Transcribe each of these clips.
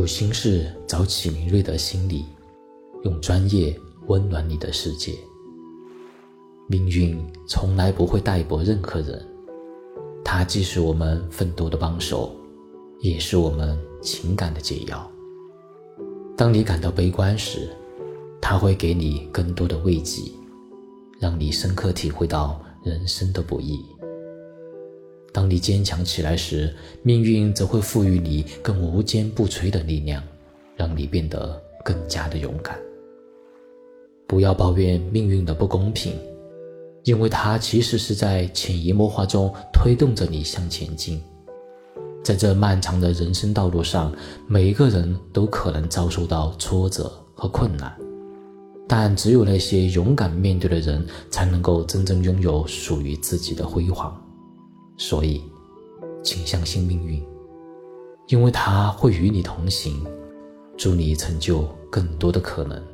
有心事找启明瑞德心理，用专业温暖你的世界。命运从来不会待薄任何人，它既是我们奋斗的帮手，也是我们情感的解药。当你感到悲观时，它会给你更多的慰藉，让你深刻体会到人生的不易。当你坚强起来时，命运则会赋予你更无坚不摧的力量，让你变得更加的勇敢。不要抱怨命运的不公平，因为它其实是在潜移默化中推动着你向前进。在这漫长的人生道路上，每一个人都可能遭受到挫折和困难，但只有那些勇敢面对的人，才能够真正拥有属于自己的辉煌。所以，请相信命运，因为它会与你同行，祝你成就更多的可能。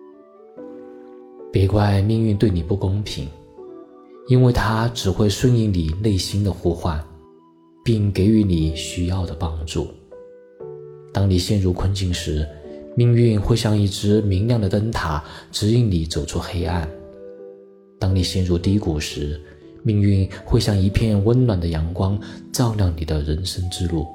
别怪命运对你不公平，因为它只会顺应你内心的呼唤，并给予你需要的帮助。当你陷入困境时，命运会像一只明亮的灯塔，指引你走出黑暗。当你陷入低谷时，命运会像一片温暖的阳光，照亮你的人生之路。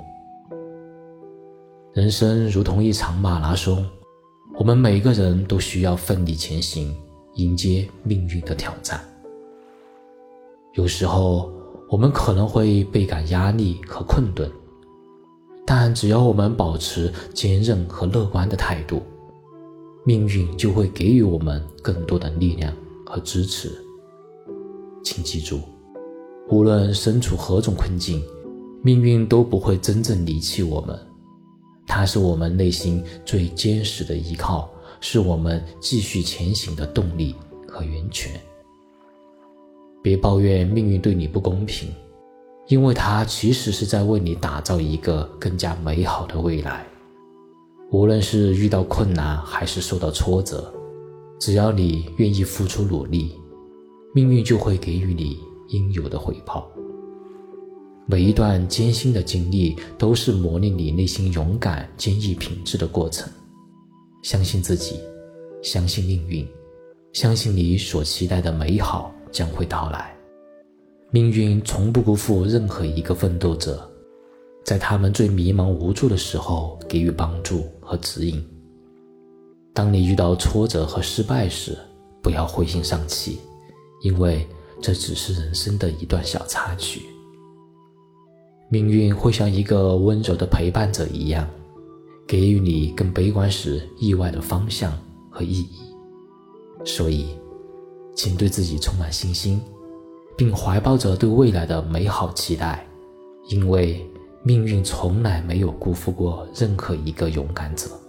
人生如同一场马拉松，我们每个人都需要奋力前行，迎接命运的挑战。有时候我们可能会倍感压力和困顿，但只要我们保持坚韧和乐观的态度，命运就会给予我们更多的力量和支持。请记住，无论身处何种困境，命运都不会真正离弃我们，它是我们内心最坚实的依靠，是我们继续前行的动力和源泉。别抱怨命运对你不公平，因为它其实是在为你打造一个更加美好的未来。无论是遇到困难还是受到挫折，只要你愿意付出努力，命运就会给予你应有的回报。每一段艰辛的经历都是磨练你内心勇敢坚毅品质的过程。相信自己，相信命运，相信你所期待的美好将会到来。命运从不辜负任何一个奋斗者，在他们最迷茫无助的时候给予帮助和指引。当你遇到挫折和失败时，不要灰心丧气，因为这只是人生的一段小插曲。命运会像一个温柔的陪伴者一样，给予你更悲观时意外的方向和意义。所以，请对自己充满信心，并怀抱着对未来的美好期待，因为命运从来没有辜负过任何一个勇敢者。